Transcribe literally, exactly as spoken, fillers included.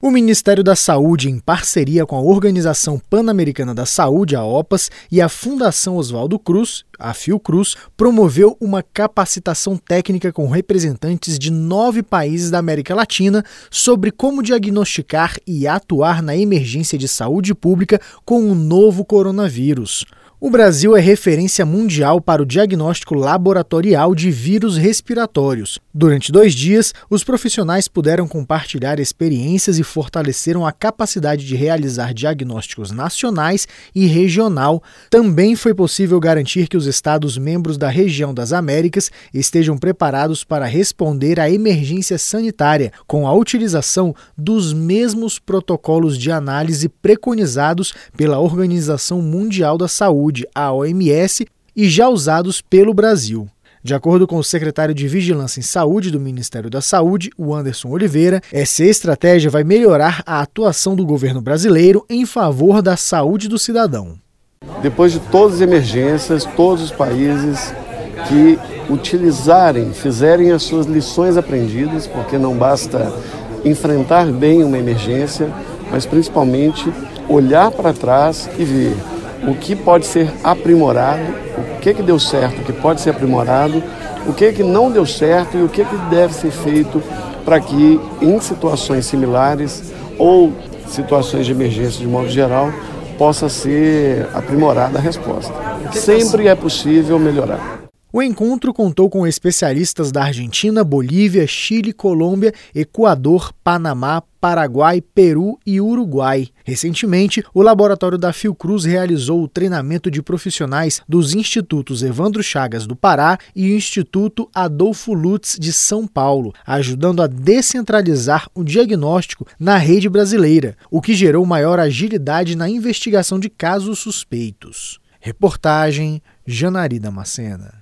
O Ministério da Saúde, em parceria com a Organização Pan-Americana da Saúde, a OPAS, e a Fundação Oswaldo Cruz, a Fiocruz, promoveu uma capacitação técnica com representantes de nove países da América Latina sobre como diagnosticar e atuar na emergência de saúde pública com o novo coronavírus. O Brasil é referência mundial para o diagnóstico laboratorial de vírus respiratórios. Durante dois dias, os profissionais puderam compartilhar experiências e fortaleceram a capacidade de realizar diagnósticos nacionais e regional. Também foi possível garantir que os Estados membros da região das Américas estejam preparados para responder à emergência sanitária, com a utilização dos mesmos protocolos de análise preconizados pela Organização Mundial da Saúde, a O M S, e já usados pelo Brasil. De acordo com o secretário de Vigilância em Saúde do Ministério da Saúde, o Anderson Oliveira, essa estratégia vai melhorar a atuação do governo brasileiro em favor da saúde do cidadão. Depois de todas as emergências, todos os países que utilizarem, fizerem as suas lições aprendidas, porque não basta enfrentar bem uma emergência, mas principalmente olhar para trás e ver o que pode ser aprimorado, o que, que deu certo, o que pode ser aprimorado, o que, que não deu certo e o que, que deve ser feito para que, em situações similares ou situações de emergência de modo geral, possa ser aprimorada a resposta. Sempre é possível melhorar. O encontro contou com especialistas da Argentina, Bolívia, Chile, Colômbia, Equador, Panamá, Paraguai, Peru e Uruguai. Recentemente, o laboratório da Fiocruz realizou o treinamento de profissionais dos Institutos Evandro Chagas do Pará e o Instituto Adolfo Lutz de São Paulo, ajudando a descentralizar o diagnóstico na rede brasileira, o que gerou maior agilidade na investigação de casos suspeitos. Reportagem Janari Damascena.